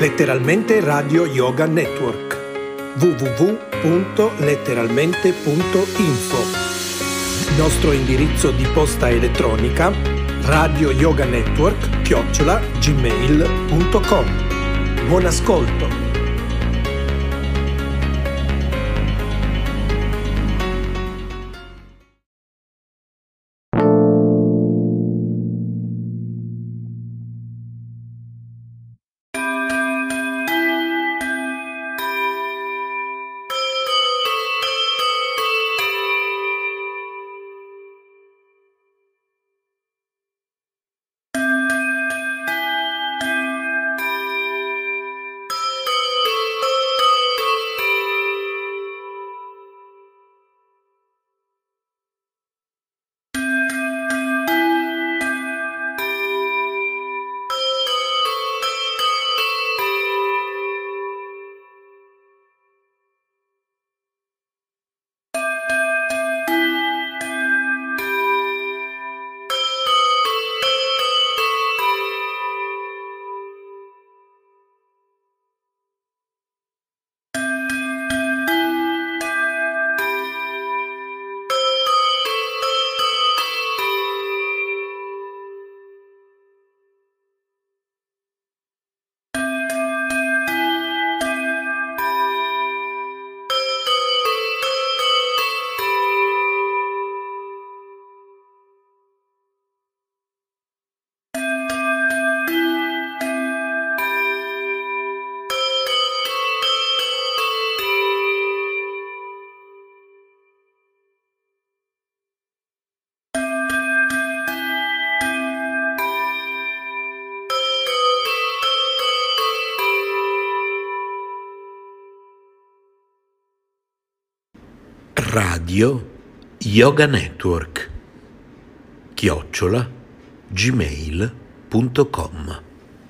Letteralmente Radio Yoga Network. www.letteralmente.info. Nostro indirizzo di posta elettronica radioyoganetwork@gmail.com. Buon ascolto. Radio Yoga Network @gmail.com.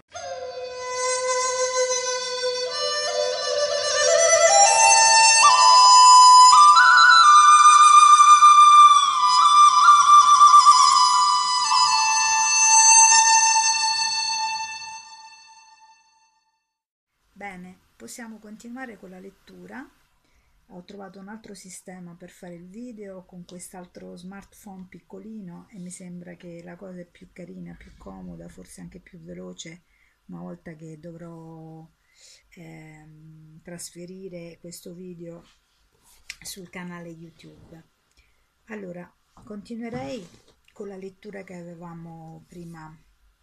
Bene, possiamo continuare con la lettura. Ho trovato un altro sistema per fare il video con quest'altro smartphone piccolino e mi sembra che la cosa è più carina, più comoda, forse anche più veloce una volta che dovrò trasferire questo video sul canale YouTube. Allora, continuerei con la lettura che avevamo prima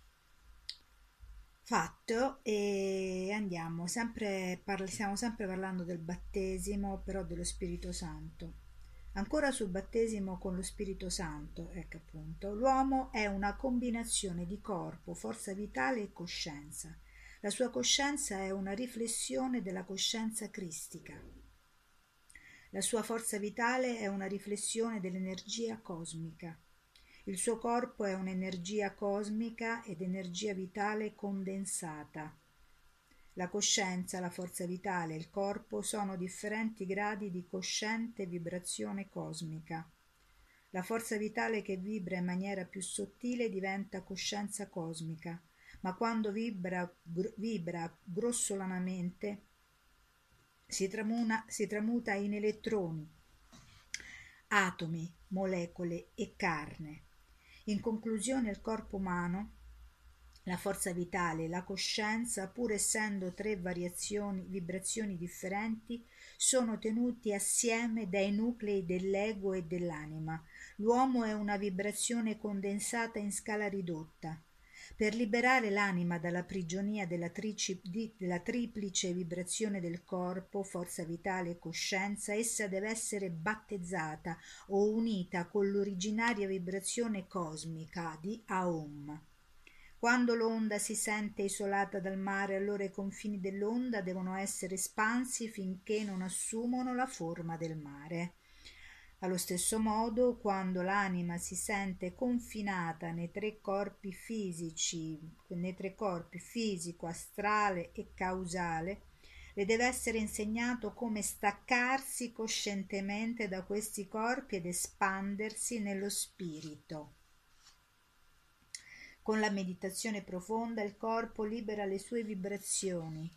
fatto e andiamo stiamo sempre parlando del battesimo, però dello Spirito Santo. Ancora sul battesimo con lo Spirito Santo, ecco appunto, l'uomo è una combinazione di corpo, forza vitale e coscienza. La sua coscienza è una riflessione della coscienza cristica. La sua forza vitale è una riflessione dell'energia cosmica. Il suo corpo è un'energia cosmica ed energia vitale condensata. La coscienza, la forza vitale e il corpo sono differenti gradi di cosciente vibrazione cosmica. La forza vitale che vibra in maniera più sottile diventa coscienza cosmica, ma quando vibra grossolanamente si tramuta in elettroni, atomi, molecole e carne. In conclusione, il corpo umano, la forza vitale e la coscienza, pur essendo tre vibrazioni differenti, sono tenuti assieme dai nuclei dell'ego e dell'anima. L'uomo è una vibrazione condensata in scala ridotta. Per liberare l'anima dalla prigionia della triplice vibrazione del corpo, forza vitale e coscienza, essa deve essere battezzata o unita con l'originaria vibrazione cosmica di Aum. Quando l'onda si sente isolata dal mare, allora i confini dell'onda devono essere espansi finché non assumono la forma del mare. Allo stesso modo, quando l'anima si sente confinata nei tre corpi fisico, astrale e causale, le deve essere insegnato come staccarsi coscientemente da questi corpi ed espandersi nello spirito. Con la meditazione profonda il corpo libera le sue vibrazioni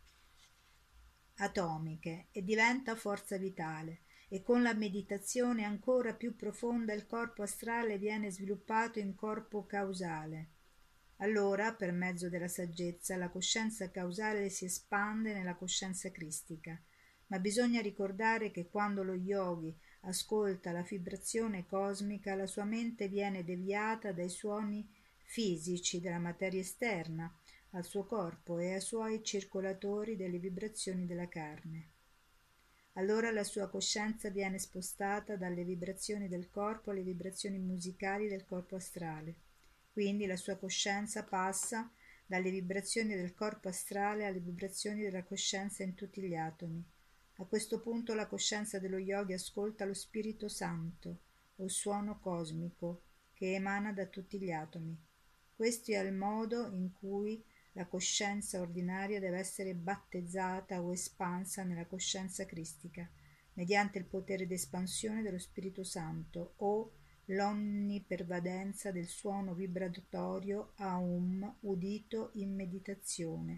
atomiche e diventa forza vitale, e con la meditazione ancora più profonda il corpo astrale viene sviluppato in corpo causale. Allora, per mezzo della saggezza, la coscienza causale si espande nella coscienza cristica. Ma bisogna ricordare che quando lo yogi ascolta la vibrazione cosmica, la sua mente viene deviata dai suoni fisici della materia esterna al suo corpo e ai suoi circolatori delle vibrazioni della carne. Allora la sua coscienza viene spostata dalle vibrazioni del corpo alle vibrazioni musicali del corpo astrale. Quindi la sua coscienza passa dalle vibrazioni del corpo astrale alle vibrazioni della coscienza in tutti gli atomi. A questo punto la coscienza dello yogi ascolta lo Spirito Santo, o suono cosmico, che emana da tutti gli atomi. Questo è il modo in cui la coscienza ordinaria deve essere battezzata o espansa nella coscienza cristica, mediante il potere d'espansione dello Spirito Santo o l'onnipervadenza del suono vibratorio Aum udito in meditazione.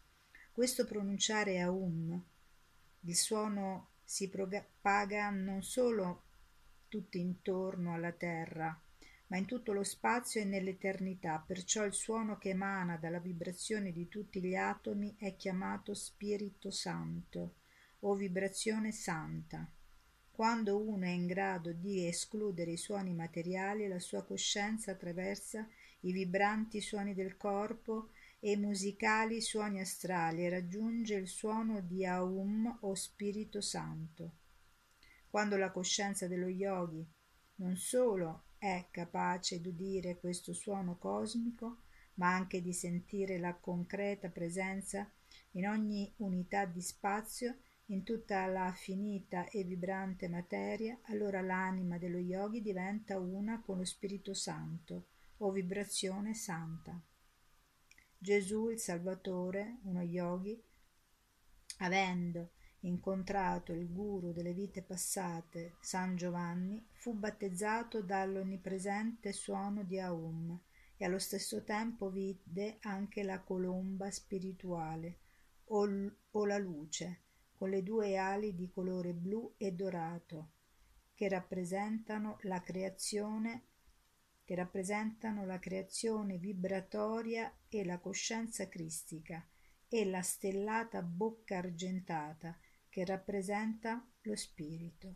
Questo pronunciare Aum, il suono si propaga non solo tutto intorno alla terra, ma in tutto lo spazio e nell'eternità, perciò il suono che emana dalla vibrazione di tutti gli atomi è chiamato Spirito Santo o vibrazione santa. Quando uno è in grado di escludere i suoni materiali, la sua coscienza attraversa i vibranti suoni del corpo e i musicali suoni astrali e raggiunge il suono di Aum o Spirito Santo. Quando la coscienza dello yogi non solo è capace di udire questo suono cosmico, ma anche di sentire la concreta presenza in ogni unità di spazio, in tutta la finita e vibrante materia, allora l'anima dello yogi diventa una con lo Spirito Santo o vibrazione santa. Gesù il Salvatore, uno yogi, avendo incontrato il guru delle vite passate, San Giovanni, fu battezzato dall'onnipresente suono di Aum e allo stesso tempo vide anche la colomba spirituale o la luce, con le due ali di colore blu e dorato, che rappresentano la creazione vibratoria e la coscienza cristica, e la stellata bocca argentata, che rappresenta lo spirito.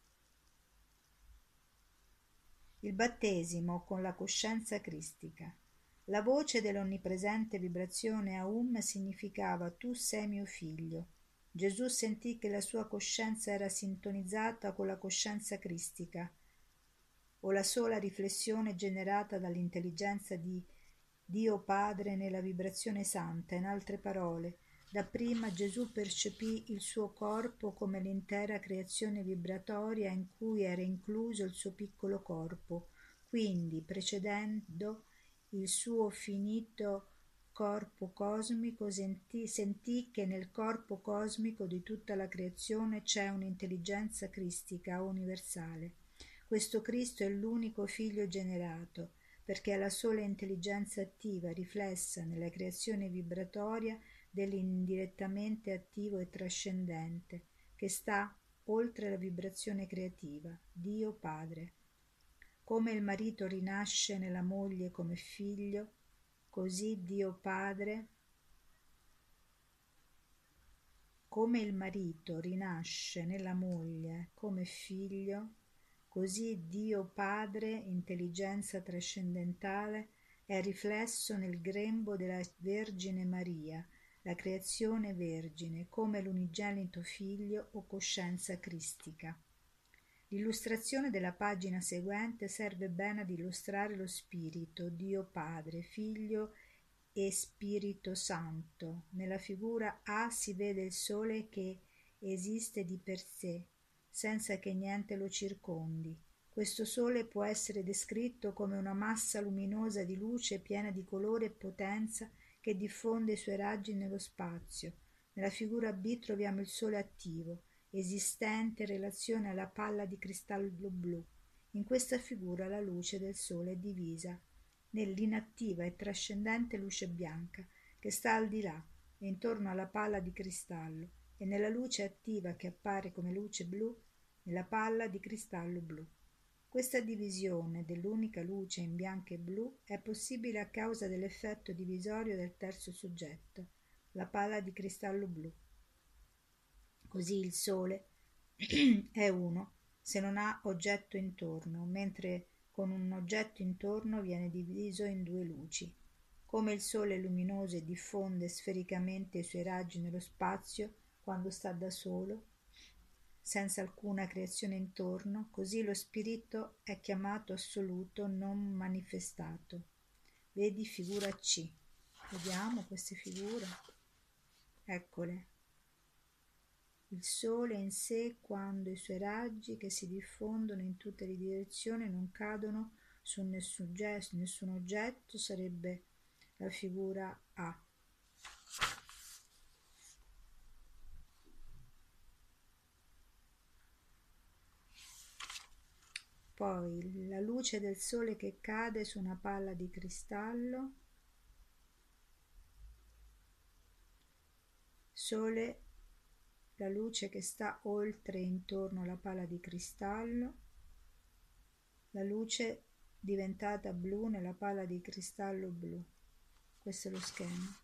Il battesimo con la coscienza cristica. La voce dell'onnipresente vibrazione Aum significava «Tu sei mio figlio». Gesù sentì che la sua coscienza era sintonizzata con la coscienza cristica, o la sola riflessione generata dall'intelligenza di Dio Padre nella vibrazione santa. In altre parole, dapprima Gesù percepì il suo corpo come l'intera creazione vibratoria in cui era incluso il suo piccolo corpo, quindi precedendo il suo finito corpo cosmico sentì che nel corpo cosmico di tutta la creazione c'è un'intelligenza cristica universale. Questo Cristo è l'unico figlio generato, perché è la sola intelligenza attiva riflessa nella creazione vibratoria dell'indirettamente attivo e trascendente, che sta oltre la vibrazione creativa, Dio Padre. Come il marito rinasce nella moglie come figlio, così Dio Padre, come il marito rinasce nella moglie come figlio, così Dio Padre, intelligenza trascendentale, è riflesso nel grembo della Vergine Maria, la creazione vergine, come l'unigenito figlio o coscienza cristica. L'illustrazione della pagina seguente serve bene ad illustrare lo Spirito, Dio Padre, Figlio e Spirito Santo. Nella figura A si vede il Sole che esiste di per sé, senza che niente lo circondi. Questo Sole può essere descritto come una massa luminosa di luce piena di colore e potenza che diffonde i suoi raggi nello spazio. Nella figura B troviamo il Sole attivo, esistente in relazione alla palla di cristallo blu. In questa figura la luce del Sole è divisa nell'inattiva e trascendente luce bianca che sta al di là e intorno alla palla di cristallo, e nella luce attiva che appare come luce blu nella palla di cristallo blu. Questa divisione dell'unica luce in bianco e blu è possibile a causa dell'effetto divisorio del terzo soggetto, la palla di cristallo blu. Così il Sole è uno se non ha oggetto intorno, mentre con un oggetto intorno viene diviso in due luci. Come il Sole è luminoso e diffonde sfericamente i suoi raggi nello spazio quando sta da solo, senza alcuna creazione intorno, così lo spirito è chiamato assoluto non manifestato. Vedi figura C. Vediamo queste figure. Eccole. Il Sole in sé, quando i suoi raggi che si diffondono in tutte le direzioni non cadono su nessun oggetto, sarebbe la figura A. Poi la luce del Sole che cade su una palla di cristallo. Sole, la luce che sta oltre e intorno alla palla di cristallo, la luce diventata blu nella palla di cristallo blu. Questo è lo schema.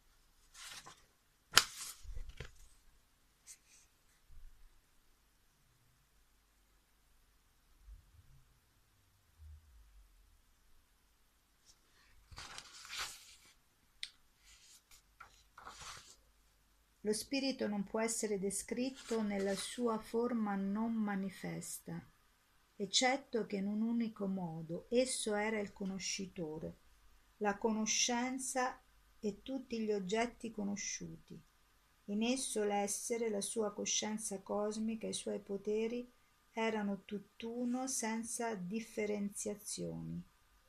Lo spirito non può essere descritto nella sua forma non manifesta, eccetto che in un unico modo. Esso era il conoscitore, la conoscenza e tutti gli oggetti conosciuti. In esso l'essere, la sua coscienza cosmica e i suoi poteri erano tutt'uno senza differenziazioni.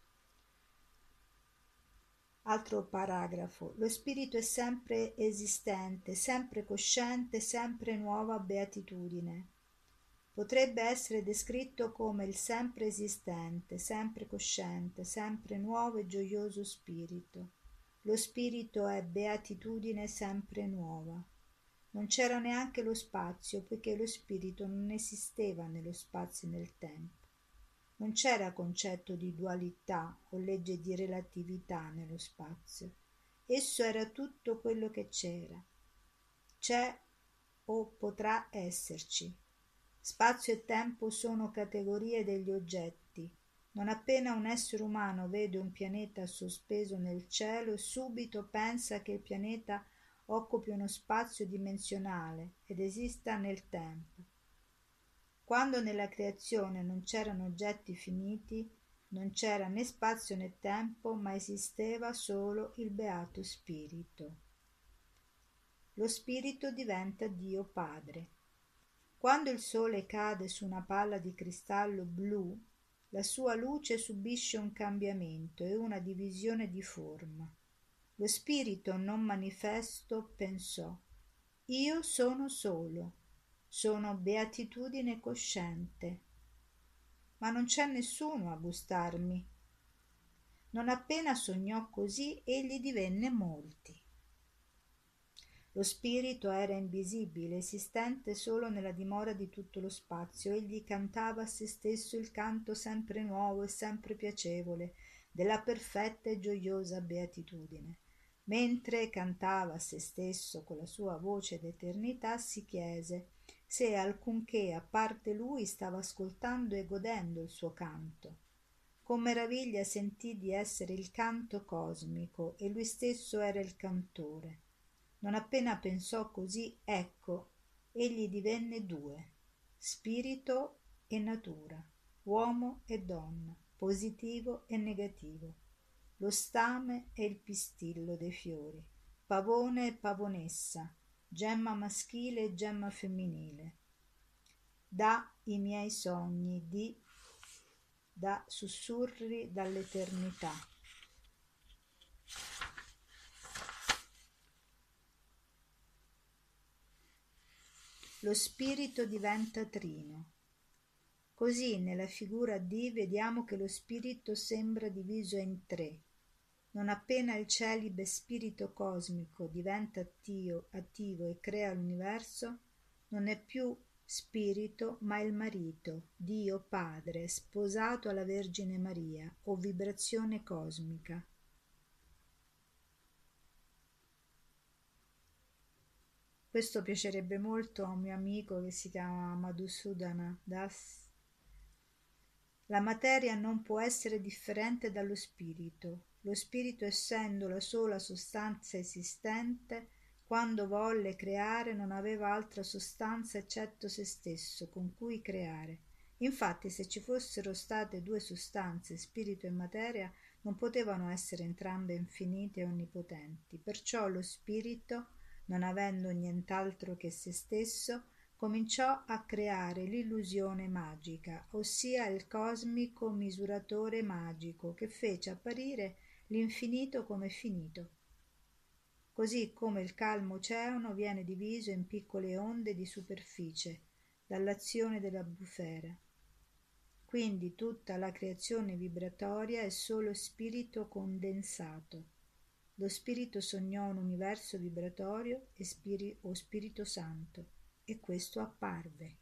Altro paragrafo. Lo spirito è sempre esistente, sempre cosciente, sempre nuova beatitudine. Potrebbe essere descritto come il sempre esistente, sempre cosciente, sempre nuovo e gioioso spirito. Lo spirito è beatitudine sempre nuova. Non c'era neanche lo spazio, poiché lo spirito non esisteva nello spazio e nel tempo. Non c'era concetto di dualità o legge di relatività nello spazio. Esso era tutto quello che c'è o potrà esserci. Spazio e tempo sono categorie degli oggetti. Non appena un essere umano vede un pianeta sospeso nel cielo, subito pensa che il pianeta occupi uno spazio dimensionale ed esista nel tempo. Quando nella creazione non c'erano oggetti finiti, non c'era né spazio né tempo, ma esisteva solo il Beato Spirito. Lo Spirito diventa Dio Padre. Quando il Sole cade su una palla di cristallo blu, la sua luce subisce un cambiamento e una divisione di forma. Lo Spirito non manifesto pensò: io sono solo. Sono beatitudine cosciente, ma non c'è nessuno a gustarmi. Non appena sognò così, egli divenne molti. Lo spirito era invisibile, esistente solo nella dimora di tutto lo spazio. Egli cantava a se stesso il canto sempre nuovo e sempre piacevole della perfetta e gioiosa beatitudine. Mentre cantava a se stesso con la sua voce d'eternità, si chiese se alcunché a parte lui stava ascoltando e godendo il suo canto. Con meraviglia sentì di essere il canto cosmico e lui stesso era il cantore. Non appena pensò così, ecco, egli divenne due, spirito e natura, uomo e donna, positivo e negativo, lo stame e il pistillo dei fiori, pavone e pavonessa, gemma maschile e gemma femminile. Da i miei sogni da sussurri dall'eternità. Lo spirito diventa trino. Così nella figura D vediamo che lo spirito sembra diviso in tre. Non appena il celibe spirito cosmico diventa attivo e crea l'universo, non è più spirito ma il marito, Dio Padre, sposato alla Vergine Maria, o vibrazione cosmica. Questo piacerebbe molto a un mio amico che si chiama Madhusudana Das. La materia non può essere differente dallo spirito. Lo spirito, essendo la sola sostanza esistente, quando volle creare non aveva altra sostanza eccetto se stesso con cui creare. Infatti, se ci fossero state due sostanze, spirito e materia, non potevano essere entrambe infinite e onnipotenti. Perciò lo spirito, non avendo nient'altro che se stesso, cominciò a creare l'illusione magica, ossia il cosmico misuratore magico, che fece apparire l'infinito come finito. Così come il calmo oceano viene diviso in piccole onde di superficie dall'azione della bufera. Quindi tutta la creazione vibratoria è solo spirito condensato. Lo spirito sognò un universo vibratorio o Spirito Santo, e questo apparve.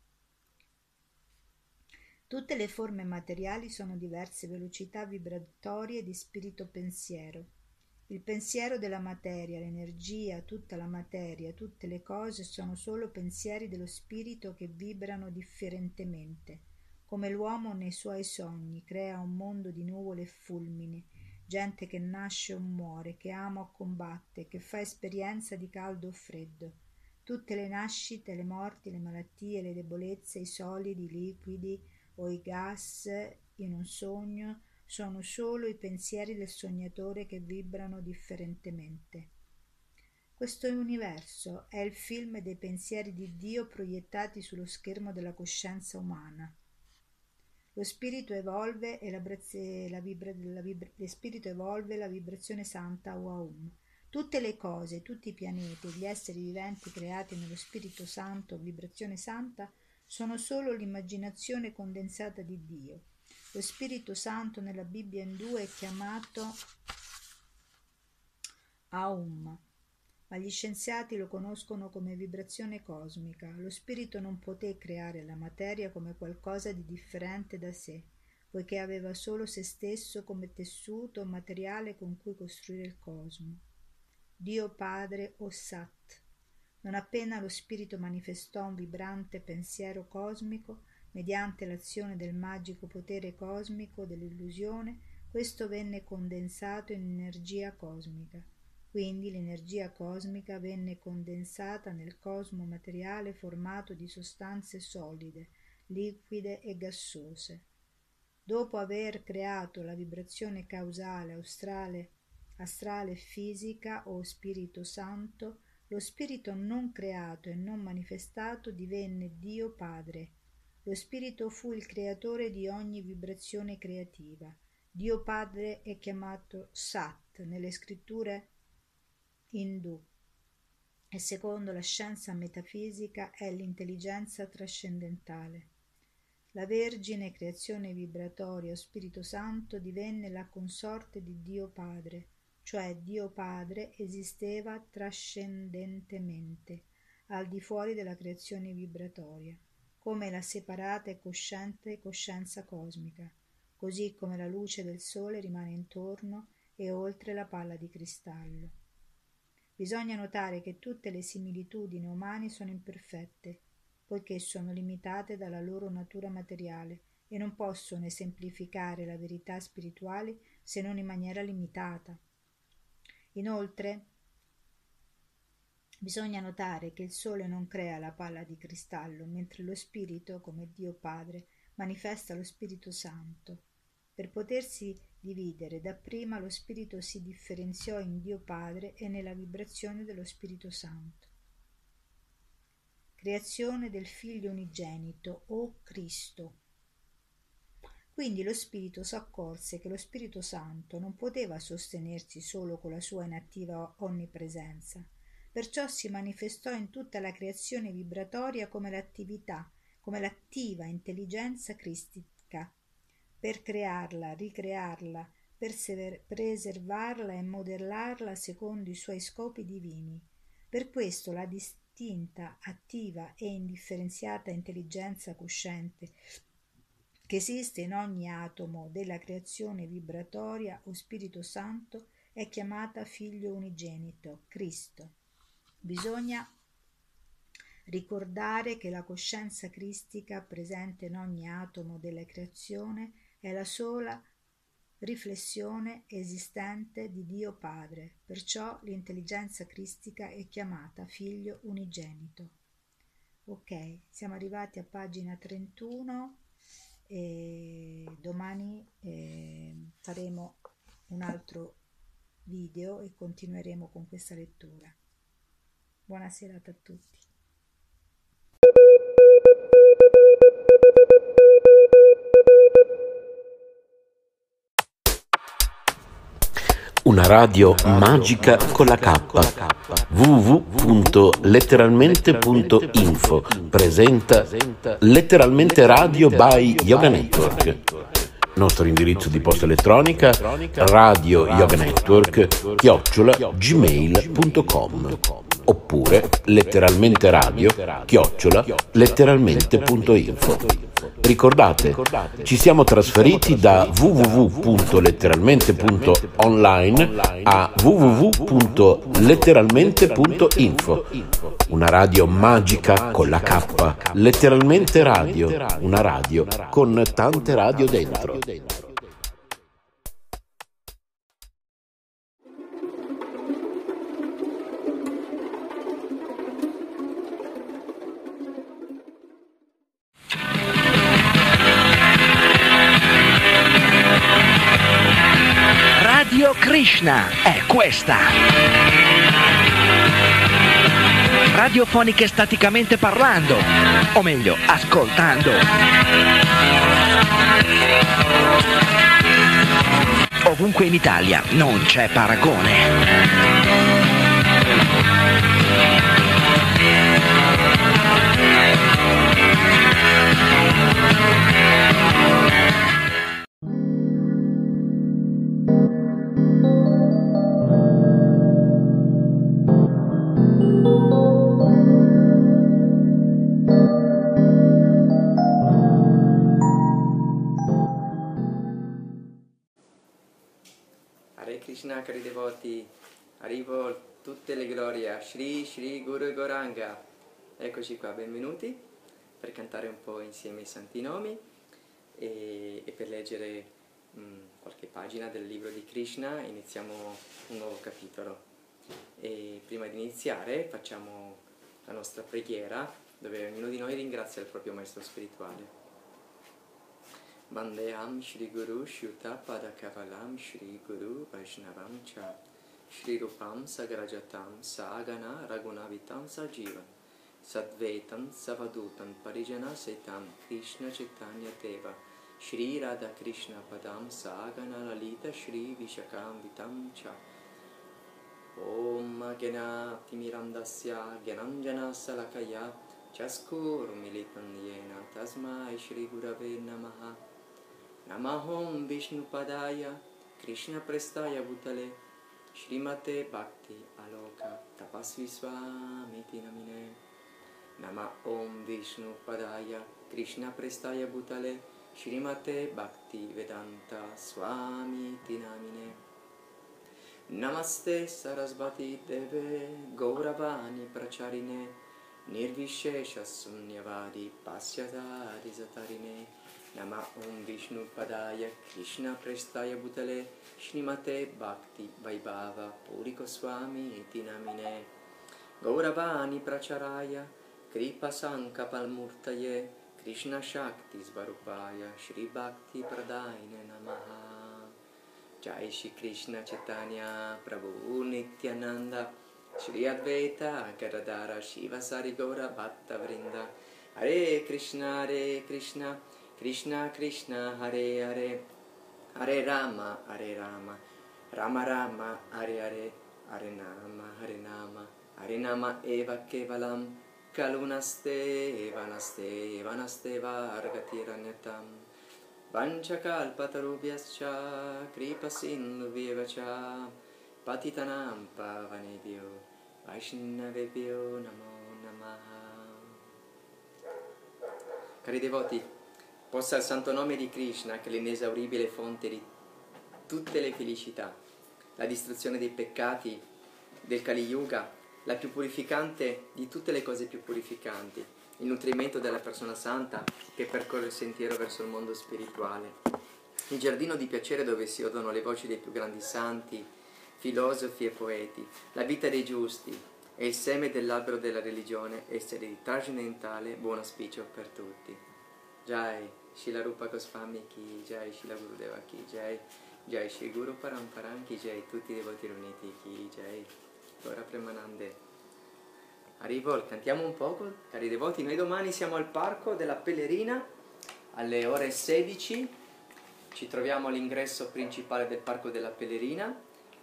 Tutte le forme materiali sono diverse velocità vibratorie di spirito pensiero. Il pensiero della materia, l'energia, tutta la materia, tutte le cose sono solo pensieri dello spirito che vibrano differentemente. Come l'uomo nei suoi sogni crea un mondo di nuvole e fulmini, gente che nasce o muore, che ama o combatte, che fa esperienza di caldo o freddo. Tutte le nascite, le morti, le malattie, le debolezze, i solidi, i liquidi o i gas in un sogno sono solo i pensieri del sognatore che vibrano differentemente. Questo universo è il film dei pensieri di Dio proiettati sullo schermo della coscienza umana. Lo spirito evolve la vibrazione santa o Aum. Tutte le cose, tutti i pianeti, gli esseri viventi creati nello Spirito Santo, vibrazione santa, sono solo l'immaginazione condensata di Dio. Lo Spirito Santo nella Bibbia indù è chiamato Aum, ma gli scienziati lo conoscono come vibrazione cosmica. Lo spirito non poté creare la materia come qualcosa di differente da sé, poiché aveva solo se stesso come tessuto o materiale con cui costruire il cosmo. Dio Padre o Sat. Non appena lo spirito manifestò un vibrante pensiero cosmico, mediante l'azione del magico potere cosmico dell'illusione, questo venne condensato in energia cosmica. Quindi l'energia cosmica venne condensata nel cosmo materiale formato di sostanze solide, liquide e gassose. Dopo aver creato la vibrazione causale astrale e fisica o Spirito Santo, lo spirito non creato e non manifestato divenne Dio Padre. Lo spirito fu il creatore di ogni vibrazione creativa. Dio Padre è chiamato Sat nelle scritture indù e secondo la scienza metafisica è l'intelligenza trascendentale. La Vergine, creazione vibratoria o Spirito Santo, divenne la consorte di Dio Padre, cioè Dio Padre esisteva trascendentemente, al di fuori della creazione vibratoria, come la separata e cosciente coscienza cosmica, così come la luce del sole rimane intorno e oltre la palla di cristallo. Bisogna notare che tutte le similitudini umane sono imperfette, poiché sono limitate dalla loro natura materiale e non possono esemplificare la verità spirituale se non in maniera limitata. Inoltre, bisogna notare che il Sole non crea la palla di cristallo, mentre lo Spirito, come Dio Padre, manifesta lo Spirito Santo. Per potersi dividere, dapprima lo Spirito si differenziò in Dio Padre e nella vibrazione dello Spirito Santo. Creazione del Figlio unigenito o Cristo. Quindi lo Spirito s'accorse che lo Spirito Santo non poteva sostenersi solo con la sua inattiva onnipresenza, perciò si manifestò in tutta la creazione vibratoria come l'attività, come l'attiva intelligenza cristica, per crearla, ricrearla, preservarla e modellarla secondo i suoi scopi divini. Per questo la distinta, attiva e indifferenziata intelligenza cosciente che esiste in ogni atomo della creazione vibratoria o Spirito Santo è chiamata Figlio unigenito, Cristo. Bisogna ricordare che la coscienza cristica presente in ogni atomo della creazione è la sola riflessione esistente di Dio Padre, perciò l'intelligenza cristica è chiamata Figlio unigenito. Ok, siamo arrivati a pagina 31 e domani faremo un altro video e continueremo con questa lettura. Buona serata a tutti. Una radio magica con la K. www.letteralmente.info presenta Letteralmente Radio by Yoga Network. Nostro indirizzo di posta elettronica radioyoganetwork@gmail.com oppure letteralmenteradio@letteralmente.info. Ricordate, ci siamo trasferiti da www.letteralmente.online a www.letteralmente.info. Una radio magica con la K. Letteralmente Radio, una radio con tante radio dentro. Radio Krishna è questa. Radiofoniche staticamente parlando, o meglio, ascoltando. Ovunque in Italia non c'è paragone. Hare Krishna, cari devoti, arrivo tutte le glorie a Shri Shri Guru Gauranga. Eccoci qua, benvenuti per cantare un po' insieme i santi nomi e per leggere qualche pagina del libro di Krishna. Iniziamo un nuovo capitolo e prima di iniziare facciamo la nostra preghiera dove ognuno di noi ringrazia il proprio maestro spirituale. Vandeham Shri Guru Shuta Padakavalam Shri Guru Vaishnavam Cha Shri Rupam Sagrajatam Sagana Ragunavitam Sajivan Sadvetam Savadutam Parijana Setam Krishna Chaitanya Deva Shri Radha Krishna Padam Sagana Lalita Shri Vishakam Vitam Cha Om Gena Timirandasya Gyananjana Salakaya Chaskur Militan Yena Tasmai Shri Gurave Namaha Namahom Vishnupadaya Krishna Prestaya Bhutale Shrimate Bhakti Aloka Tapasvi Swamiti Namine Namahom Vishnupadaya Krishna Prestaya Bhutale Shrimate Bhakti Vedanta Swamiti Namine Namaste Sarasvati Deve Gauravani Pracharine Nirvishesha Sunyavadi Pasyatari Satarine Nama Om Vishnu Padaya Krishna Prestaya Bhutale Shrimate Bhakti Vaibhava Puriko Swami Iti Namine Gauravani Pracharaya Kripa Sankapalmurtaye Krishna Shakti Svarupaya Shri Bhakti Pradaine Namaha Jai Shri Krishna Chaitanya Prabhu Nityananda Shri Advaita Gadadara Shiva Sari Gaura Bhatta Vrinda Hare Krishna Krishna Krishna Hare Hare Hare Rama Rama Rama Hare Hare Hare Nama Hare Nama Eva Kevalam Kalunaste vanaste vanaste vargatiranyatam Vanchakalpatarubhyascha Kripasindhuvyavacha Patitanam pavanebhyo Vaishnavebhyo namo namaha. Cari devoti, possa il santo nome di Krishna, che è l'inesauribile fonte di tutte le felicità, la distruzione dei peccati del Kali Yuga, la più purificante di tutte le cose più purificanti, il nutrimento della persona santa che percorre il sentiero verso il mondo spirituale, il giardino di piacere dove si odono le voci dei più grandi santi, filosofi e poeti, la vita dei giusti e il seme dell'albero della religione, essere di trascendentale buon auspicio per tutti. Jai Srila Rupa Goswami Ki Jai, Srila Gurudeva Ki Jai, Jai Shri Guru Paramparam Ki Jai, tutti i devoti riuniti Ki Jai. Ora Premanande. Haribol, cantiamo un poco, cari devoti. Noi domani siamo al parco della Pellerina alle ore 16. Ci troviamo all'ingresso principale del parco della Pellerina,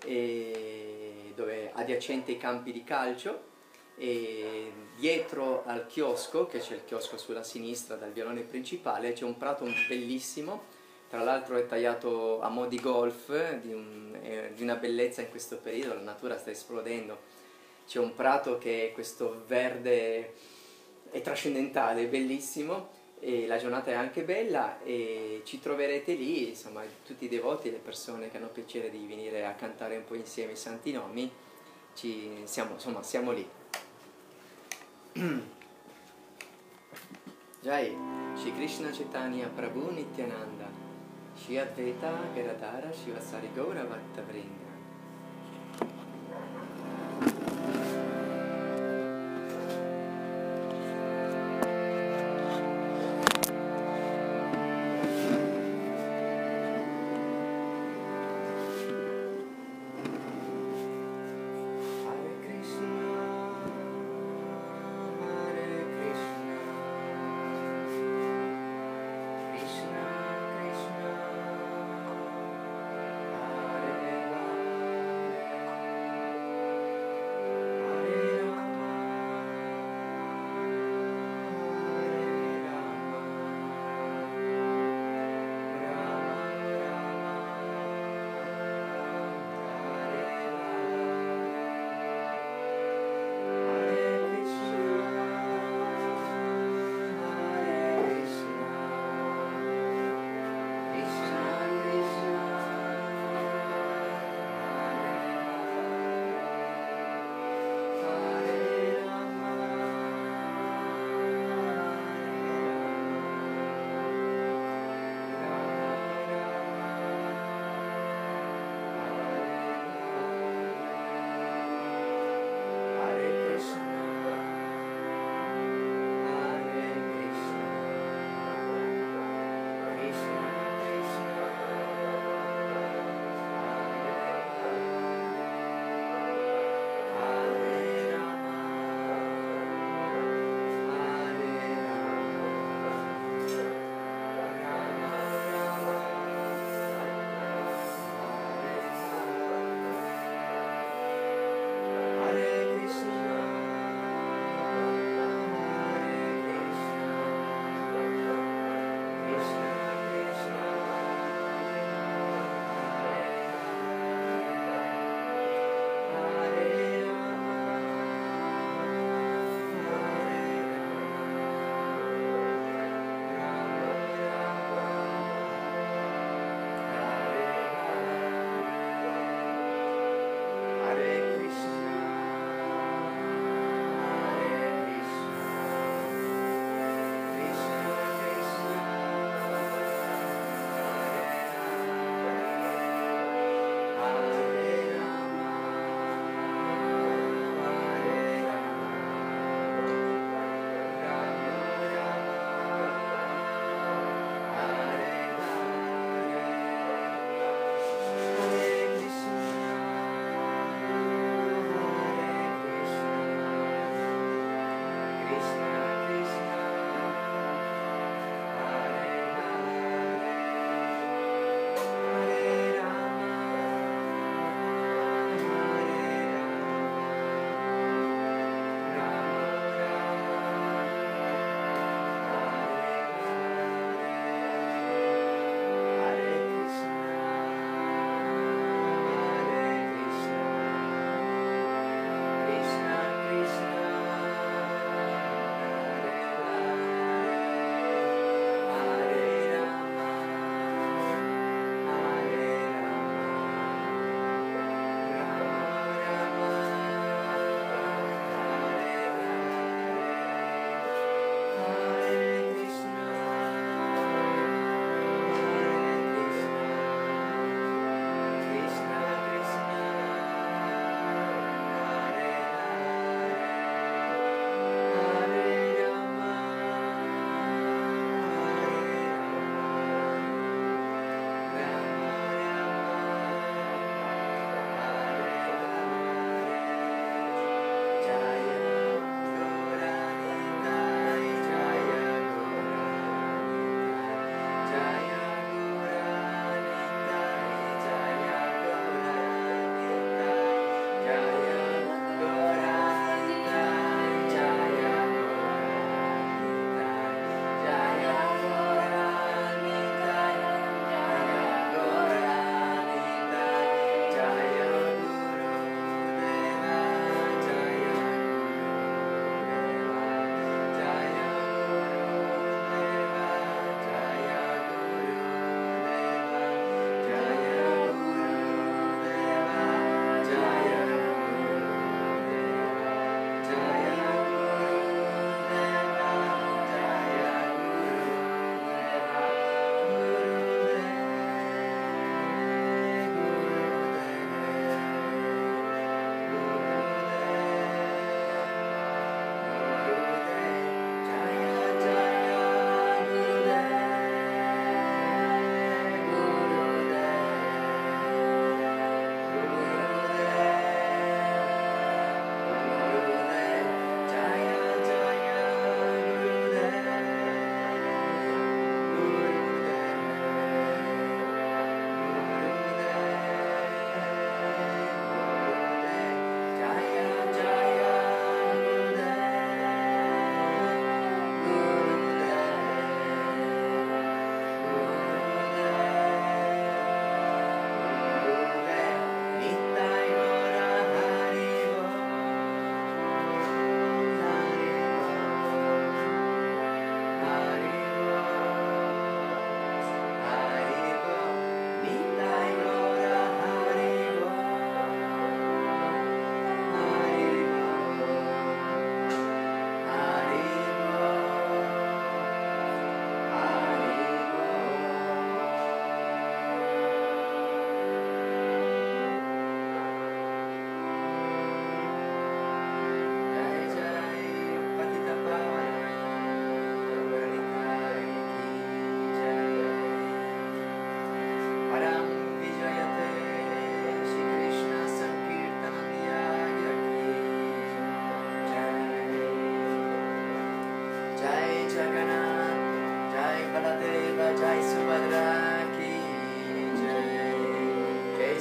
dove adiacente ai campi di calcio, e dietro al chiosco, che c'è il chiosco sulla sinistra dal vialone principale, c'è un prato bellissimo. Tra l'altro è tagliato a mo' di golf, di una bellezza in questo periodo, la natura sta esplodendo. C'è un prato che è questo verde, è trascendentale, è bellissimo, e la giornata è anche bella, e ci troverete lì, insomma, tutti i devoti, le persone che hanno piacere di venire a cantare un po' insieme i santi nomi, siamo lì. Jai, Shri Krishna Chaitanya Prabhu Nityananda, Shri Advaita Gadadhara Shivasari Gaura Bhatta Vrinda. Krishna Krishna Hare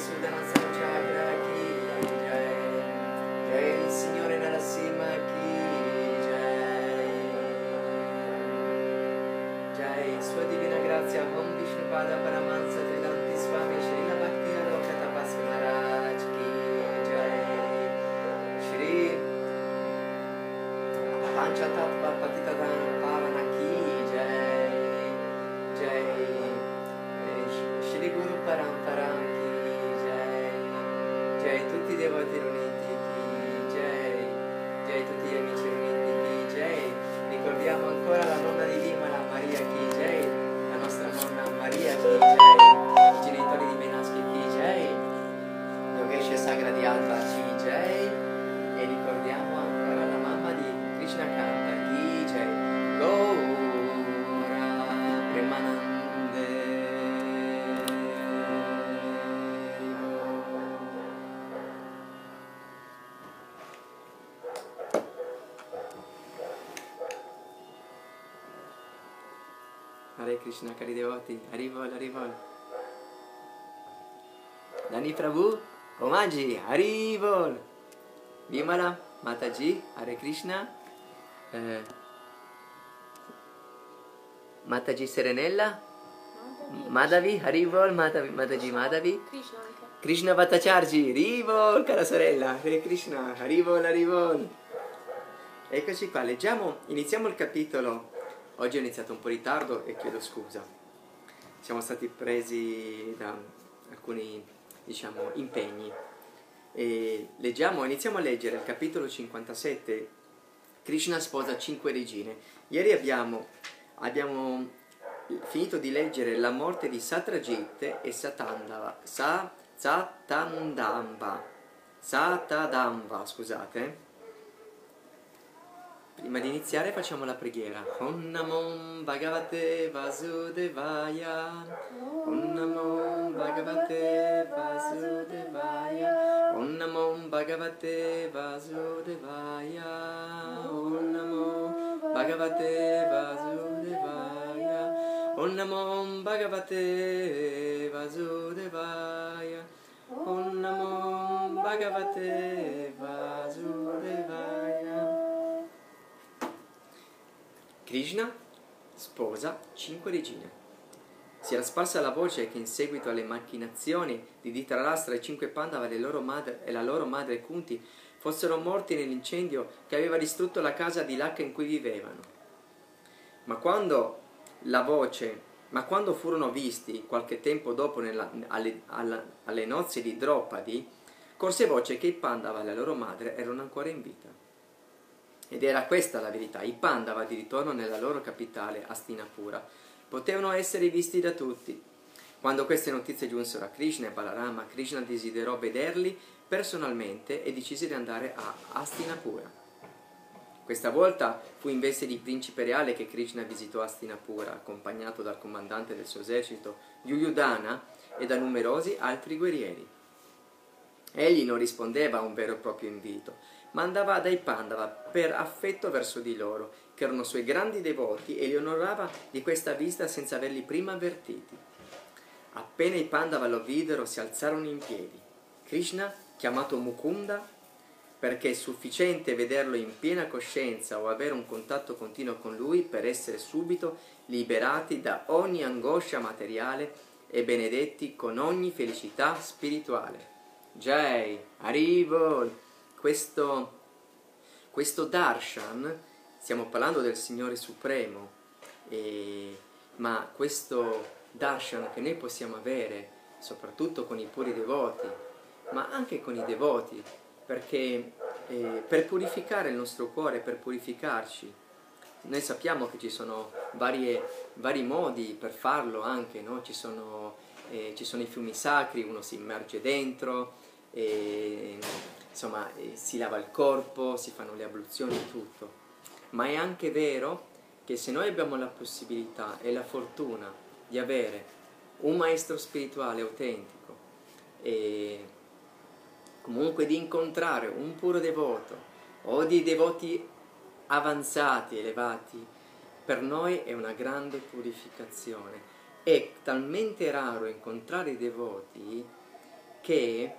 Sudana Samchakra ki jai, jai Signore Narasimha ki jai, jai Sua Divina Grazia Om Vishnupada Paramahansa Tridanti Swami Srila Bhakti Aloka Tapasvi Maharaj ki jai, Shri Panchatattva Patitadana Pavana ki jai, jai Shri Guru Paramparam ki jai, jai tutti i devoti riuniti ki jai, jai tutti gli amici riuniti ki jai. Ricordiamo ancora la nonna di Vimala, Maria ki jai, la nostra nonna Maria ki jai, i genitori di Benaschi ki jai, Yogesha Sagra di Alba ki jai, e ricordiamo ancora la mamma di Krishna Kanta ki jai, Gaura Premanande. Hare Krishna, cari devoti, Haribol, Haribol. Dani Prabhu, omaggi, Haribol. Vimala, Mataji, Hare Krishna. Mataji Serenella, Madhavi, Haribol, Mataji Madhavi. Krishna Bhattacharji, Haribol, cara sorella, Hare Krishna, Haribol, Haribol. Eccoci qua, iniziamo il capitolo. Oggi ho iniziato un po' in ritardo e chiedo scusa. Siamo stati presi da alcuni, diciamo, impegni. E iniziamo a leggere il capitolo 57. Krishna sposa 5 regine. Ieri abbiamo finito di leggere la morte di Satyajit e Satadamba, scusate. Prima di iniziare facciamo la preghiera. Om Namo Bhagavate Vasudevaya, Om Namo Bhagavate Vasudevaya, Om Namo Bhagavate Vasudevaya, Om Namo Bhagavate Vasudevaya, Om Namo Bhagavate Vasudevaya, Om Namo Bhagavate Vasudevaya. Krishna sposa 5 regine. Si era sparsa la voce che in seguito alle macchinazioni di Dhritarashtra e 5 Pandava e la loro madre Kunti fossero morti nell'incendio che aveva distrutto la casa di Laka in cui vivevano. Ma quando furono visti qualche tempo dopo alle nozze di Draupadi, corse voce che i Pandava e la loro madre erano ancora in vita. Ed era questa la verità. I Pandava, di ritorno nella loro capitale, Hastinapura, potevano essere visti da tutti. Quando queste notizie giunsero a Krishna e Balarama, Krishna desiderò vederli personalmente e decise di andare a Hastinapura. Questa volta fu in veste di principe reale che Krishna visitò Hastinapura, accompagnato dal comandante del suo esercito, Yuyudhana, e da numerosi altri guerrieri. Egli non rispondeva a un vero e proprio invito, ma andava dai Pandava per affetto verso di loro, che erano suoi grandi devoti, e li onorava di questa visita senza averli prima avvertiti. Appena i Pandava lo videro, si alzarono in piedi. Krishna, chiamato Mukunda, perché è sufficiente vederlo in piena coscienza o avere un contatto continuo con lui per essere subito liberati da ogni angoscia materiale e benedetti con ogni felicità spirituale. Jai, Haribol. Questo darshan, stiamo parlando del Signore Supremo, ma questo darshan che noi possiamo avere, soprattutto con i puri devoti, ma anche con i devoti, perché per purificare il nostro cuore, per purificarci, noi sappiamo che ci sono vari modi per farlo anche, no? Ci sono i fiumi sacri, uno si immerge dentro, insomma si lava il corpo, si fanno le abluzioni e tutto. Ma è anche vero che se noi abbiamo la possibilità e la fortuna di avere un maestro spirituale autentico e comunque di incontrare un puro devoto o di devoti avanzati, elevati, per noi è una grande purificazione. È talmente raro incontrare i devoti che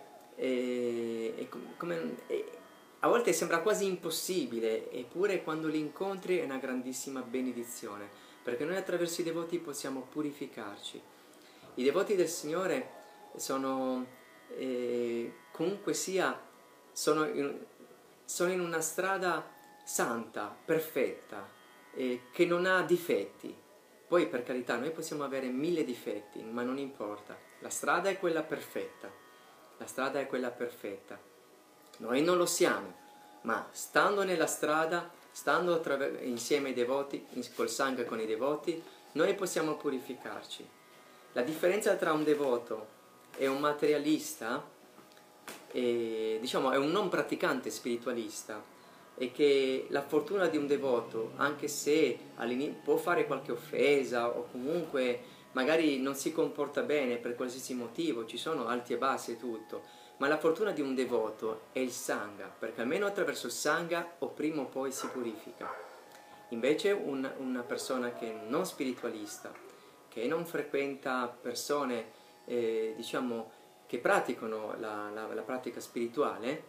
a volte sembra quasi impossibile, eppure quando li incontri è una grandissima benedizione, perché noi attraverso i devoti possiamo purificarci. I devoti del Signore sono, comunque sia, sono in una strada santa, perfetta, che non ha difetti. Poi, per carità, noi possiamo avere 1000 difetti, ma non importa. La strada è quella perfetta. La strada è quella perfetta. Noi non lo siamo, ma stando nella strada, stando insieme ai devoti, col sangue con i devoti, noi possiamo purificarci. La differenza tra un devoto e un materialista, diciamo, è un non praticante spiritualista, è che la fortuna di un devoto, anche se all'inizio può fare qualche offesa o comunque magari non si comporta bene per qualsiasi motivo, ci sono alti e bassi e tutto, ma la fortuna di un devoto è il sangha, perché almeno attraverso il sangha o prima o poi si purifica. Invece una persona che è non spiritualista, che non frequenta persone diciamo che praticano la pratica spirituale,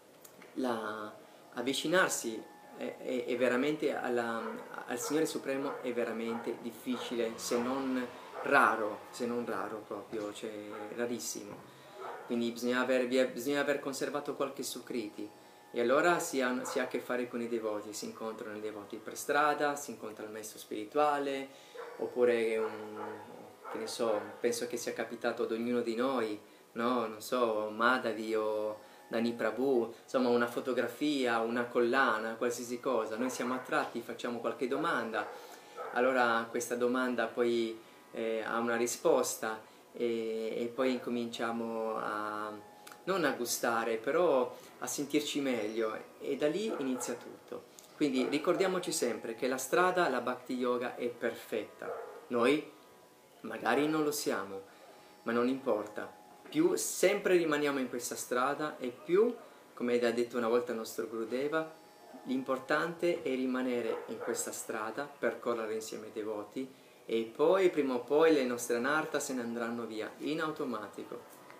avvicinarsi è veramente al Signore Supremo è veramente difficile, se non raro proprio, cioè rarissimo. Quindi bisogna aver conservato qualche sukriti, e allora si ha a che fare con i devoti, si incontrano i devoti per strada, si incontra il maestro spirituale, oppure che ne so, penso che sia capitato ad ognuno di noi, no? Non so, Madhavi o Dani Prabhu, insomma una fotografia, una collana, qualsiasi cosa, noi siamo attratti, facciamo qualche domanda, allora questa domanda poi ha una risposta e poi incominciamo non a gustare, però a sentirci meglio, e da lì inizia tutto. Quindi ricordiamoci sempre che la strada alla Bhakti Yoga è perfetta, noi magari non lo siamo, ma non importa. Più sempre rimaniamo in questa strada e più, come ha detto una volta il nostro Gurudeva, l'importante è rimanere in questa strada, percorrere insieme ai devoti, e poi prima o poi le nostre anartha se ne andranno via in automatico.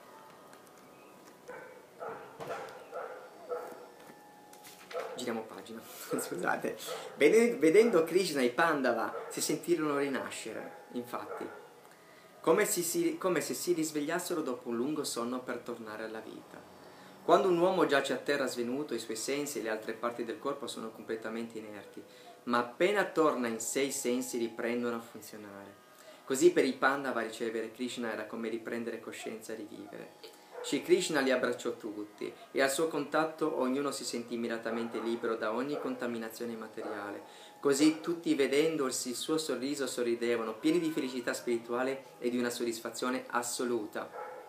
Giriamo pagina, scusate. Vedendo Krishna, i Pandava si sentirono rinascere, infatti, come se si risvegliassero dopo un lungo sonno per tornare alla vita. Quando un uomo giace a terra svenuto, i suoi sensi e le altre parti del corpo sono completamente inerti, ma appena torna in sé i sensi riprendono a funzionare. Così per i Pandava ricevere Krishna era come riprendere coscienza e rivivere. Shri Krishna li abbracciò tutti e al suo contatto ognuno si sentì immediatamente libero da ogni contaminazione materiale. Così tutti, vedendosi il suo sorriso, sorridevano, pieni di felicità spirituale e di una soddisfazione assoluta.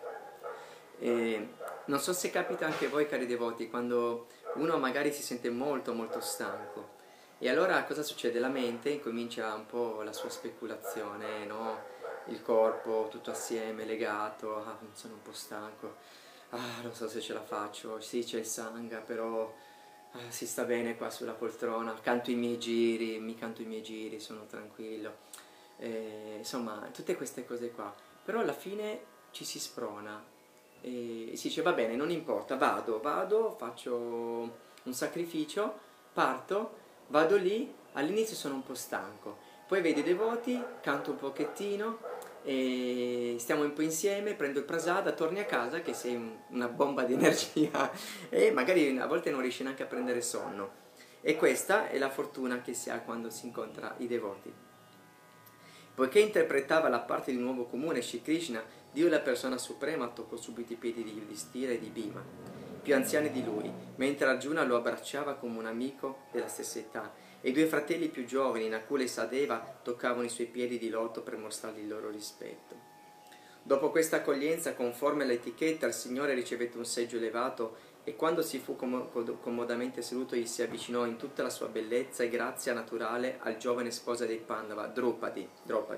Non so se capita anche a voi, cari devoti, quando uno magari si sente molto molto stanco, e allora cosa succede? La mente incomincia un po' la sua speculazione, no? Il corpo tutto assieme, legato, sono un po' stanco, non so se ce la faccio, sì c'è il sangha, però si sta bene qua sulla poltrona, mi canto i miei giri, sono tranquillo, insomma tutte queste cose qua, però alla fine ci si sprona e si dice va bene, non importa, vado, faccio un sacrificio, parto, vado lì, all'inizio sono un po' stanco, poi vedo i devoti, canto un pochettino, e stiamo un po' insieme, prendo il prasada, torni a casa che sei una bomba di energia e magari a volte non riesci neanche a prendere sonno. E questa è la fortuna che si ha quando si incontra i devoti. Poiché interpretava la parte di un uomo comune, Shri Krishna, Dio la persona suprema, toccò subito i piedi di Yudhishthira e di Bhima, più anziani di lui, mentre Arjuna lo abbracciava come un amico della stessa età, e i due fratelli più giovani, Nakula e Sadeva, toccavano i suoi piedi di loto per mostrargli il loro rispetto. Dopo questa accoglienza, conforme all'etichetta, il Signore ricevette un seggio elevato e quando si fu comodamente seduto gli si avvicinò in tutta la sua bellezza e grazia naturale al giovane sposa dei Pandava, Draupadi,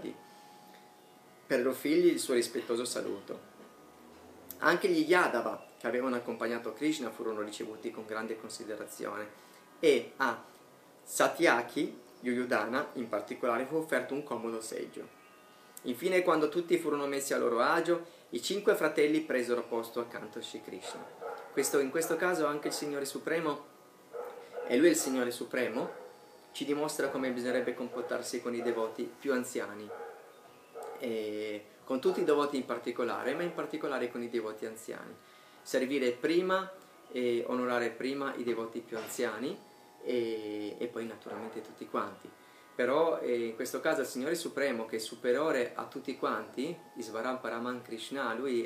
per offrirgli il suo rispettoso saluto. Anche gli Yadava, che avevano accompagnato Krishna, furono ricevuti con grande considerazione e a Satyaki, Yuyudhana, in particolare, fu offerto un comodo seggio. Infine, quando tutti furono messi a loro agio, I 5 fratelli presero posto accanto a Sri Krishna. In questo caso anche il Signore Supremo, e Lui è il Signore Supremo, ci dimostra come bisognerebbe comportarsi con i devoti più anziani, e con tutti i devoti in particolare, ma in particolare con i devoti anziani. Servire prima e onorare prima i devoti più anziani e poi naturalmente tutti quanti. Però in questo caso il Signore Supremo, che è superiore a tutti quanti, Isvaram Paraman Krishna, Lui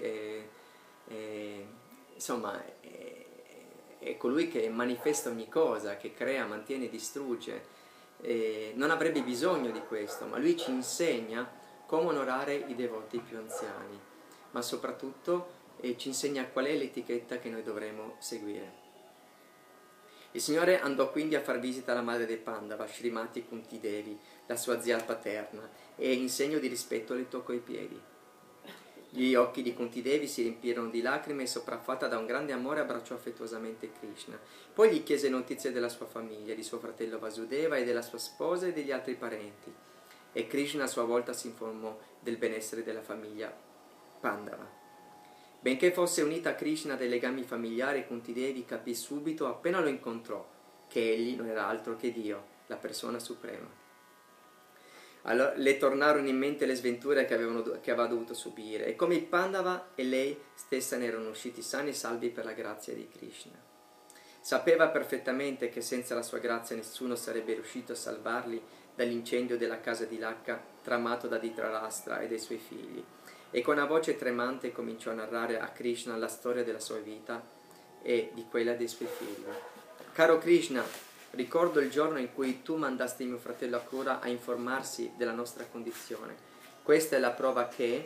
insomma, è colui che manifesta ogni cosa, che crea, mantiene, distrugge. Non avrebbe bisogno di questo, ma Lui ci insegna come onorare i devoti più anziani, ma soprattutto ci insegna qual è l'etichetta che noi dovremo seguire. Il Signore andò quindi a far visita alla madre dei Pandava, Srimati Kunti Devi, la sua zia paterna, e in segno di rispetto le toccò i piedi. Gli occhi di Kunti Devi si riempirono di lacrime e, sopraffatta da un grande amore, abbracciò affettuosamente Krishna. Poi gli chiese notizie della sua famiglia, di suo fratello Vasudeva e della sua sposa e degli altri parenti. E Krishna a sua volta si informò del benessere della famiglia Pandava. Benché fosse unita a Krishna dai legami familiari, Kunti Devi capì subito, appena lo incontrò, che egli non era altro che Dio, la persona suprema. Allora le tornarono in mente le sventure che aveva dovuto subire, e come i Pandava e lei stessa ne erano usciti sani e salvi per la grazia di Krishna. Sapeva perfettamente che senza la sua grazia nessuno sarebbe riuscito a salvarli dall'incendio della casa di Lakka tramato da Dhritarashtra e dai suoi figli. E con una voce tremante cominciò a narrare a Krishna la storia della sua vita e di quella dei suoi figli. Caro Krishna, ricordo il giorno in cui tu mandasti mio fratello Akrura a informarsi della nostra condizione. Questa è la prova che...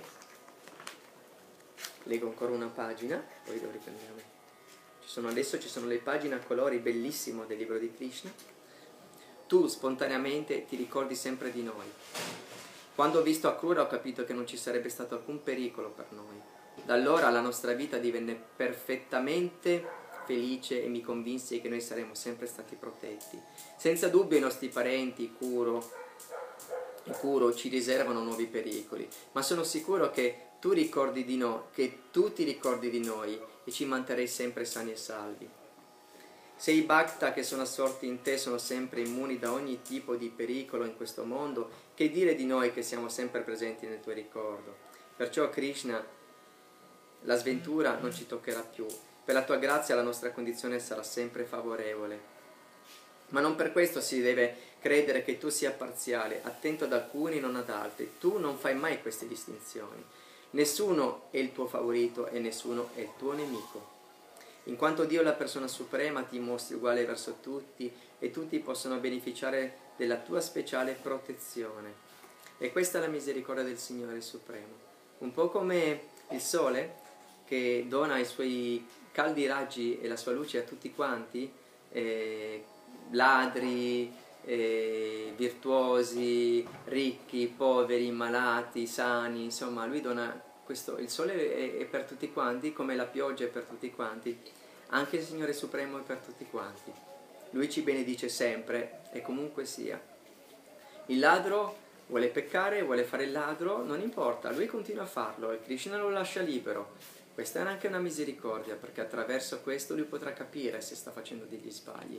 Leggo ancora una pagina, poi devo riprendere. Adesso ci sono le pagine a colori, bellissimo, del libro di Krishna. Tu spontaneamente ti ricordi sempre di noi. Quando ho visto Akrura ho capito che non ci sarebbe stato alcun pericolo per noi. Da allora la nostra vita divenne perfettamente felice e mi convinsi che noi saremmo sempre stati protetti. Senza dubbio i nostri parenti, Kuro ci riservano nuovi pericoli, ma sono sicuro che tu ti ricordi di noi e ci manterrei sempre sani e salvi. Se i bhakta che sono assorti in te sono sempre immuni da ogni tipo di pericolo in questo mondo, che dire di noi che siamo sempre presenti nel tuo ricordo? Perciò Krishna, la sventura non ci toccherà più. Per la tua grazia la nostra condizione sarà sempre favorevole. Ma non per questo si deve credere che tu sia parziale, attento ad alcuni, non ad altri. Tu non fai mai queste distinzioni. Nessuno è il tuo favorito e nessuno è il tuo nemico. In quanto Dio è la persona suprema, ti mostri uguale verso tutti e tutti possono beneficiare della tua speciale protezione. E questa è la misericordia del Signore Supremo. Un po' come il sole che dona i suoi caldi raggi e la sua luce a tutti quanti, ladri, virtuosi, ricchi, poveri, malati, sani, insomma lui dona questo, il sole è per tutti quanti, come la pioggia è per tutti quanti, anche il Signore Supremo è per tutti quanti. Lui ci benedice sempre e comunque sia. Il ladro vuole peccare, vuole fare il ladro, non importa, lui continua a farlo e Krishna lo lascia libero. Questa è anche una misericordia, perché attraverso questo lui potrà capire se sta facendo degli sbagli.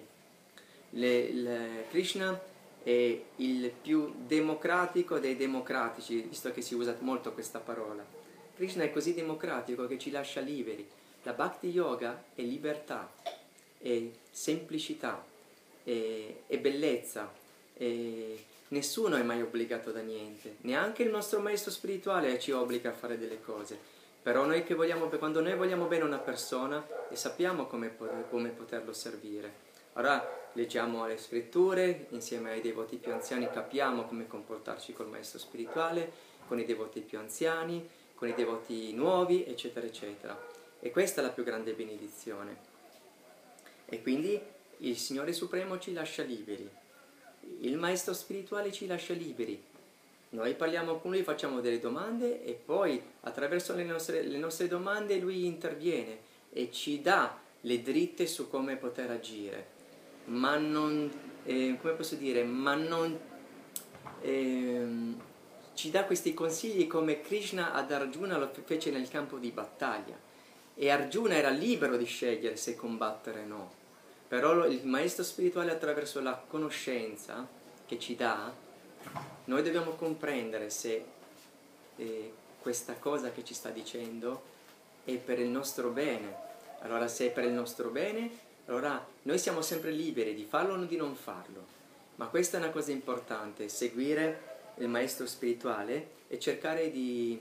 Krishna è il più democratico dei democratici, visto che si usa molto questa parola. Krishna è così democratico che ci lascia liberi. La Bhakti Yoga è libertà, è semplicità, è bellezza, nessuno è mai obbligato da niente, neanche il nostro maestro spirituale ci obbliga a fare delle cose. Però noi quando noi vogliamo bene una persona e sappiamo come poterlo servire, allora leggiamo le scritture, insieme ai devoti più anziani capiamo come comportarci col maestro spirituale, con i devoti più anziani, con i devoti nuovi, eccetera, eccetera. E questa è la più grande benedizione. E quindi il Signore Supremo ci lascia liberi, il Maestro Spirituale ci lascia liberi. Noi parliamo con Lui, facciamo delle domande e poi attraverso le nostre domande Lui interviene e ci dà le dritte su come poter agire. Ma non, come posso dire, ci dà questi consigli come Krishna ad Arjuna lo fece nel campo di battaglia. E Arjuna era libero di scegliere se combattere o no. Però il maestro spirituale, attraverso la conoscenza che ci dà, noi dobbiamo comprendere se questa cosa che ci sta dicendo è per il nostro bene. Allora, se è per il nostro bene, allora noi siamo sempre liberi di farlo o di non farlo. Ma questa è una cosa importante, seguire il maestro spirituale e cercare di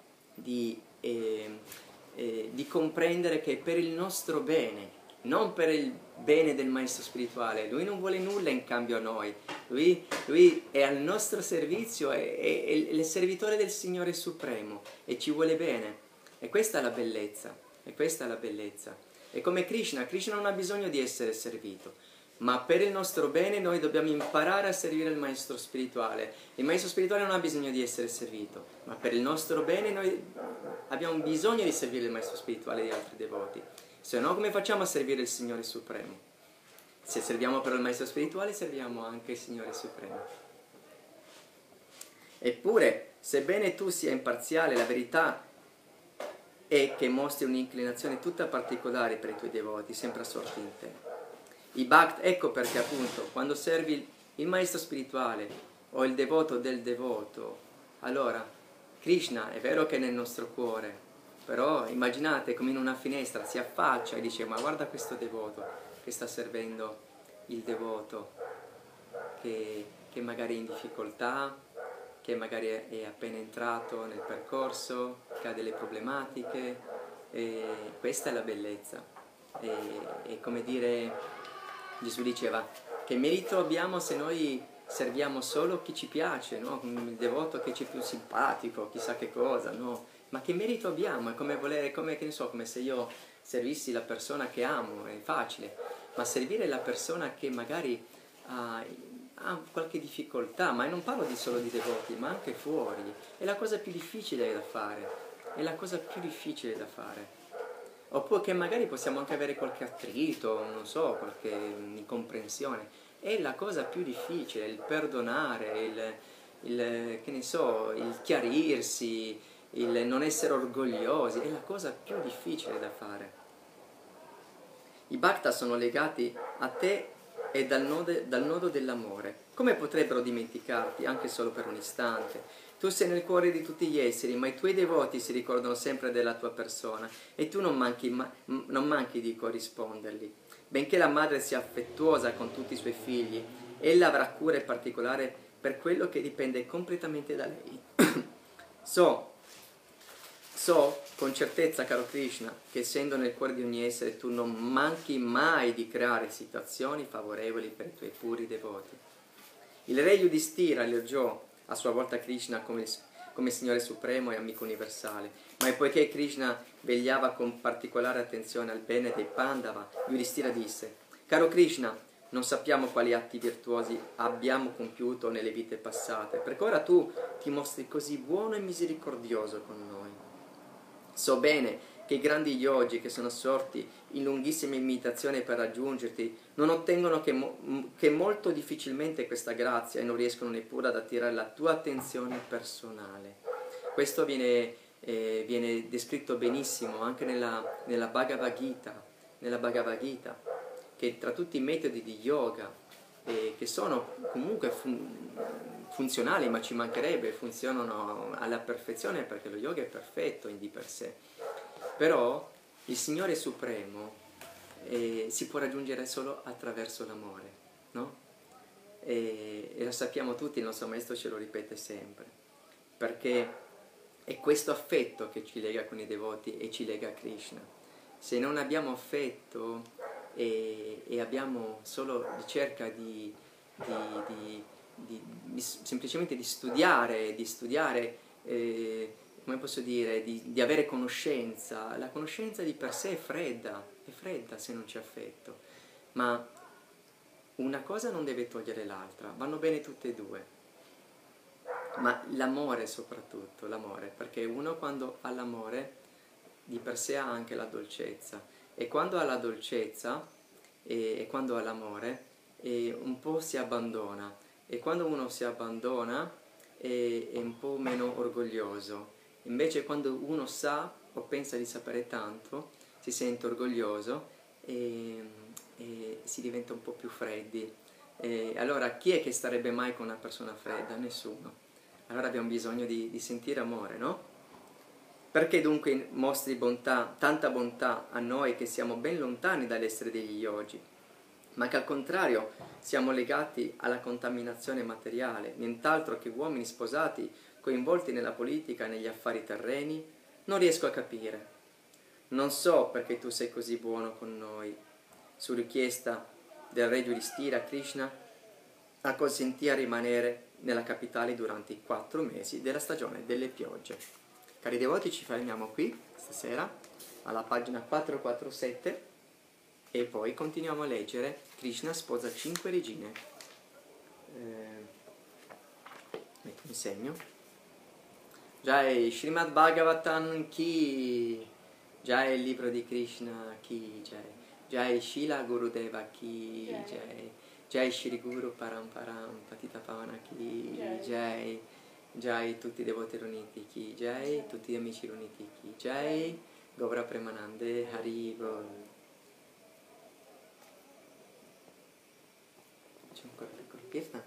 comprendere che è per il nostro bene, non per il bene del maestro spirituale. Lui non vuole nulla in cambio a noi, lui è al nostro servizio, è il servitore del Signore Supremo e ci vuole bene. E questa è la bellezza, E come Krishna non ha bisogno di essere servito, ma per il nostro bene noi dobbiamo imparare a servire il maestro spirituale. Il maestro spirituale non ha bisogno di essere servito, ma per il nostro bene noi abbiamo bisogno di servire il maestro spirituale e gli altri devoti. Se no, come facciamo a servire il Signore Supremo? Se serviamo per il maestro spirituale, serviamo anche il Signore Supremo. Eppure, sebbene tu sia imparziale, la verità è che mostri un'inclinazione tutta particolare per i tuoi devoti, sempre assorti in te. I bhakt, ecco perché appunto, quando servi il maestro spirituale o il devoto del devoto, allora Krishna è vero che è nel nostro cuore, però immaginate come in una finestra si affaccia e dice: ma guarda questo devoto che sta servendo il devoto che magari è in difficoltà, che magari è appena entrato nel percorso, che ha delle problematiche, e questa è la bellezza. E come dire, Gesù diceva: che merito abbiamo se noi serviamo solo chi ci piace, no? Il devoto che ci è più simpatico, chissà che cosa, no? Ma che merito abbiamo? È come volere, come se io servissi la persona che amo, è facile, ma servire la persona che magari ha qualche difficoltà, ma non parlo solo di devoti, ma anche fuori, è la cosa più difficile da fare, Oppure che magari possiamo anche avere qualche attrito, non so, qualche incomprensione, è la cosa più difficile, il perdonare, il chiarirsi, il non essere orgogliosi, è la cosa più difficile da fare. I bhakta sono legati a te e dal nodo dell'amore. Come potrebbero dimenticarti anche solo per un istante? Tu sei nel cuore di tutti gli esseri, ma i tuoi devoti si ricordano sempre della tua persona e tu non manchi di corrisponderli. Benché la madre sia affettuosa con tutti i suoi figli, ella avrà cura particolare per quello che dipende completamente da lei. So con certezza, caro Krishna, che essendo nel cuore di ogni essere tu non manchi mai di creare situazioni favorevoli per i tuoi puri devoti. Il re Yudhishthira elogiò a sua volta Krishna come Signore Supremo e amico universale, ma poiché Krishna vegliava con particolare attenzione al bene dei Pandava, Yudhishthira disse: caro Krishna, non sappiamo quali atti virtuosi abbiamo compiuto nelle vite passate, perché ora tu ti mostri così buono e misericordioso con noi. So bene che i grandi yogi che sono sorti in lunghissime imitazioni per raggiungerti non ottengono che molto difficilmente questa grazia e non riescono neppure ad attirare la tua attenzione personale. Questo viene descritto benissimo anche nella Bhagavad Gita, che tra tutti i metodi di yoga, che sono comunque funzionali, ma ci mancherebbe, funzionano alla perfezione perché lo yoga è perfetto in di per sé. Però il Signore Supremo si può raggiungere solo attraverso l'amore, no? E lo sappiamo tutti, il nostro Maestro ce lo ripete sempre, perché è questo affetto che ci lega con i devoti e ci lega a Krishna. Se non abbiamo affetto e abbiamo solo ricerca semplicemente di studiare, come posso dire, di avere conoscenza, la conoscenza di per sé è fredda se non c'è affetto, ma una cosa non deve togliere l'altra, vanno bene tutte e due, ma l'amore soprattutto, perché uno quando ha l'amore di per sé ha anche la dolcezza, e quando ha la dolcezza e quando ha l'amore un po' si abbandona, e quando uno si abbandona è un po' meno orgoglioso. Invece quando uno sa o pensa di sapere tanto, si sente orgoglioso e si diventa un po' più freddi. Allora chi è che starebbe mai con una persona fredda? Nessuno. Allora abbiamo bisogno di sentire amore, no? Perché dunque mostri bontà, tanta bontà a noi che siamo ben lontani dall'essere degli yogi, ma che al contrario siamo legati alla contaminazione materiale, nient'altro che uomini sposati coinvolti nella politica e negli affari terreni? Non riesco a capire. Non so perché tu sei così buono con noi. Su richiesta del re Yudhishthira, Krishna acconsentì a rimanere nella capitale durante i 4 mesi della stagione delle piogge. Cari devoti, ci fermiamo qui stasera alla pagina 447 e poi continuiamo a leggere Krishna sposa 5 regine. Metto un segno. Jai Srimad Bhagavatam ki, Jai il libro di Krishna ki, Jai Shila Gurudeva ki, Jai Shri Guru Paramparam Patita Pavana ki, Jai tutti i devoti riuniti ki, Jai tutti gli amici riuniti ki, Jai Govra Premanande Hari Bol. C'è ancora piccolo Kirtan?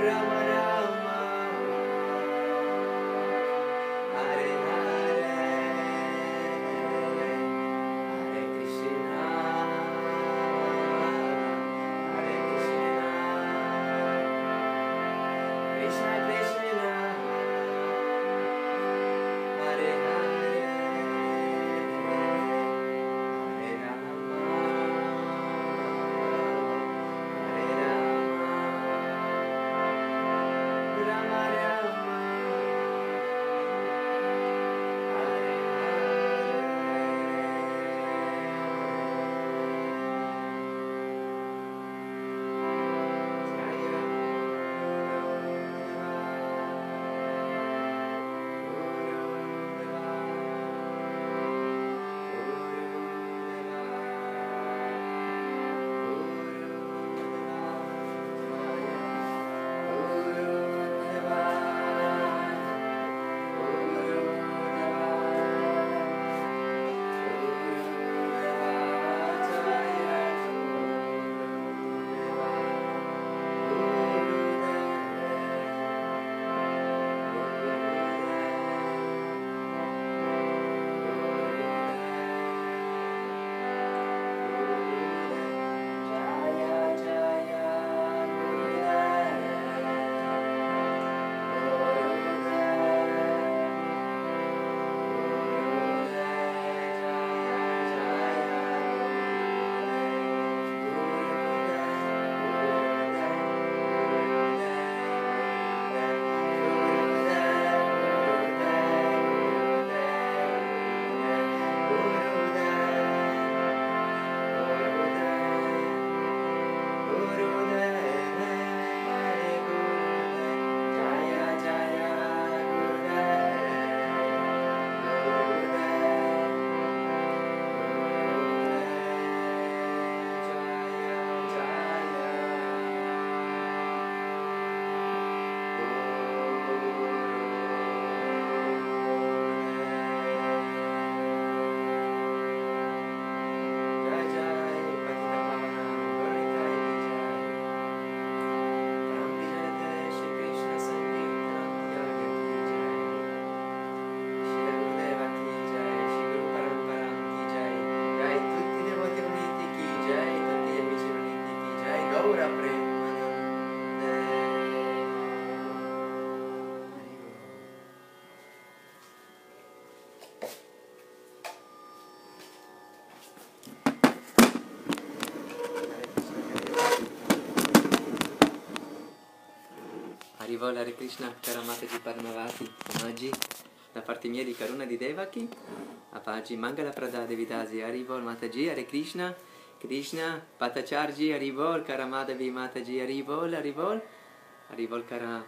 Harival Hare Krishna Karamataji Padmavati Omaggi da parte mia di Karuna di Devaki Apaji Mangala Pradade Vidasi Harival Mataji Hare Krishna Krishna Patacharji Harival Karamadavi Mataji Harival Harival Harival Kara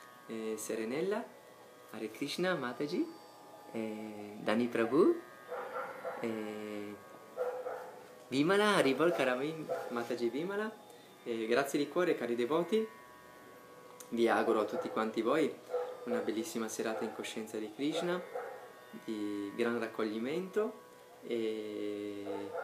Serenella Hare Krishna Mataji Dani Prabhu Vimala Harival Karavim Mataji Vimala grazie di cuore cari devoti. Vi auguro a tutti quanti voi una bellissima serata in coscienza di Krishna, di gran raccoglimento e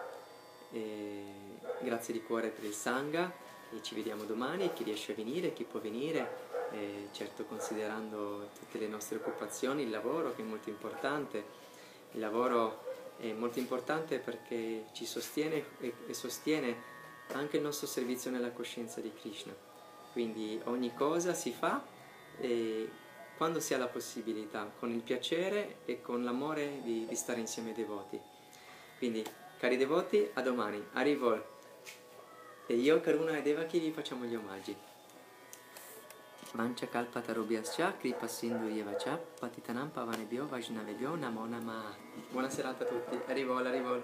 grazie di cuore per il Sangha e ci vediamo domani, chi riesce a venire, chi può venire, certo considerando tutte le nostre occupazioni, il lavoro che è molto importante, il lavoro è molto importante perché ci sostiene e sostiene anche il nostro servizio nella coscienza di Krishna. Quindi ogni cosa si fa quando si ha la possibilità, con il piacere e con l'amore di stare insieme ai devoti. Quindi, cari devoti, a domani. Harivol. E io, Karuna e Devaki vi facciamo gli omaggi. Vancha kalpatarubhyascha kripa sindhu yevacha patitanam pavanebhyo vaishnavebhyo namo namah. Buona serata a tutti. Harivol, Harivol.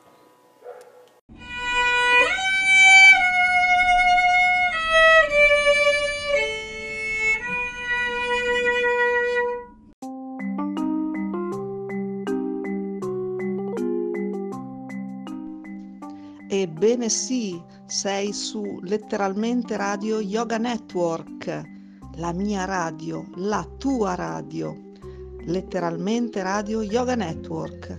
Ebbene sì, sei su Letteralmente Radio Yoga Network, la mia radio, la tua radio. Letteralmente Radio Yoga Network,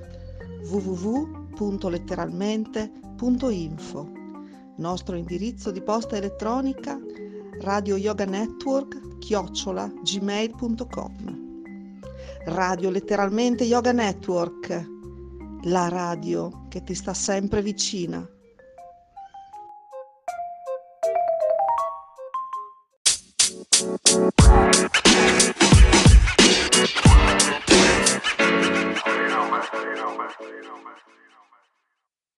www.letteralmente.info. Nostro indirizzo di posta elettronica radioyoganetwork@gmail.com. Radio Letteralmente Yoga Network, la radio che ti sta sempre vicina.